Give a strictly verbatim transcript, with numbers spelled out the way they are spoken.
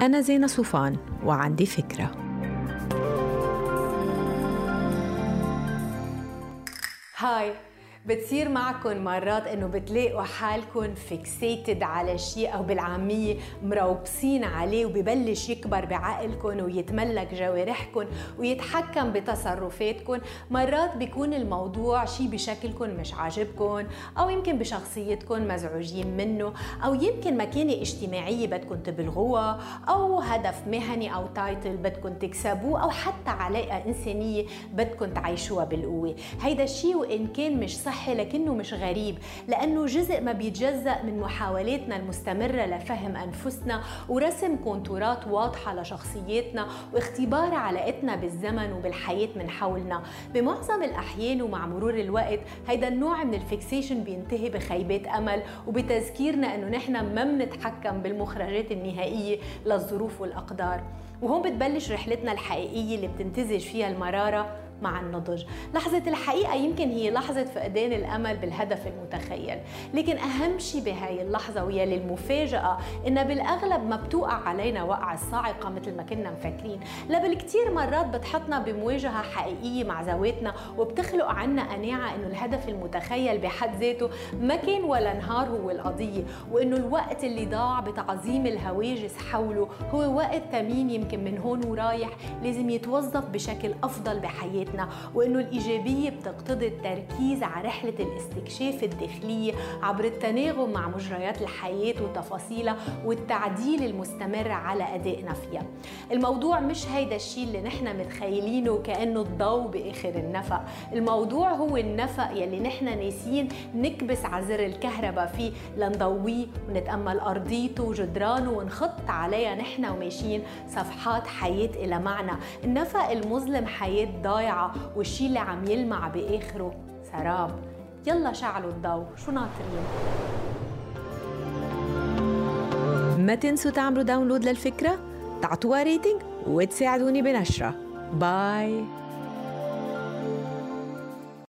أنا زينة صوفان وعندي فكرة. هاي، بتصير معكم مرات انه بتلاقوا حالكم فيكسيتد على شيء او بالعاميه مروبصين عليه وببلش يكبر بعقلكم ويتملك جوارحكم ويتحكم بتصرفاتكم. مرات بيكون الموضوع شيء بشكلكم مش عاجبكم، او يمكن بشخصيتكم مزعوجين منه، او يمكن مكانه اجتماعيه بدكم تبلغوها، او هدف مهني او تايتل بدكم تكسبوه، او حتى علاقه انسانيه بدكم تعيشوها بالقوه. هيدا الشيء وان كان مش صح صحي لكنه مش غريب، لأنه جزء ما بيتجزأ من محاولاتنا المستمرة لفهم أنفسنا ورسم كونتورات واضحة لشخصياتنا واختبار علاقتنا بالزمن وبالحياة من حولنا. بمعظم الأحيان ومع مرور الوقت هيدا النوع من الفيكسيشن بينتهي بخيبات أمل وبتذكيرنا أنه نحن ما بنتحكم بالمخرجات النهائية للظروف والأقدار. وهون بتبلش رحلتنا الحقيقية اللي بتنتزج فيها المرارة مع النضج. لحظة الحقيقة يمكن هي لحظة فقدان الأمل بالهدف المتخيل، لكن أهم شيء بهاي اللحظة ويلي المفاجأة إنها بالأغلب ما بتوقع علينا وقعة الصاعقة مثل ما كنا مفكرين، لا بالكتير مرات بتحطنا بمواجهة حقيقية مع ذواتنا وبتخلق عنا قناعة إنه الهدف المتخيل بحد ذاته ما كان ولا نهار هو القضية، وإنه الوقت اللي ضاع بتعظيم الهواجس حوله هو وقت ثمين يمكن من هون ورايح لازم يتوظف بشكل أفضل بحياتنا، وإنه الإيجابية بتقتضي التركيز على رحلة الاستكشاف الداخلية عبر التناغم مع مجريات الحياة وتفاصيلها والتعديل المستمر على أدائنا فيها. الموضوع مش هيدا الشيء اللي نحن متخيلينه كأنه الضوء بآخر النفق، الموضوع هو النفق يلي نحن ناسيين نكبس على زر الكهرباء فيه لنضويه ونتأمل أرضيته وجدرانه ونخط عليها نحن وماشيين صفحات حياة إلى معنى. النفق المظلم حياة ضايعة، والشي اللي عم يلمع بآخره سراب. يلا شعلوا الضوء، شو ناطرين؟ ما تنسوا تعملوا داونلود للفكرة، تعطوها ريتنج وتساعدوني بنشرة. باي.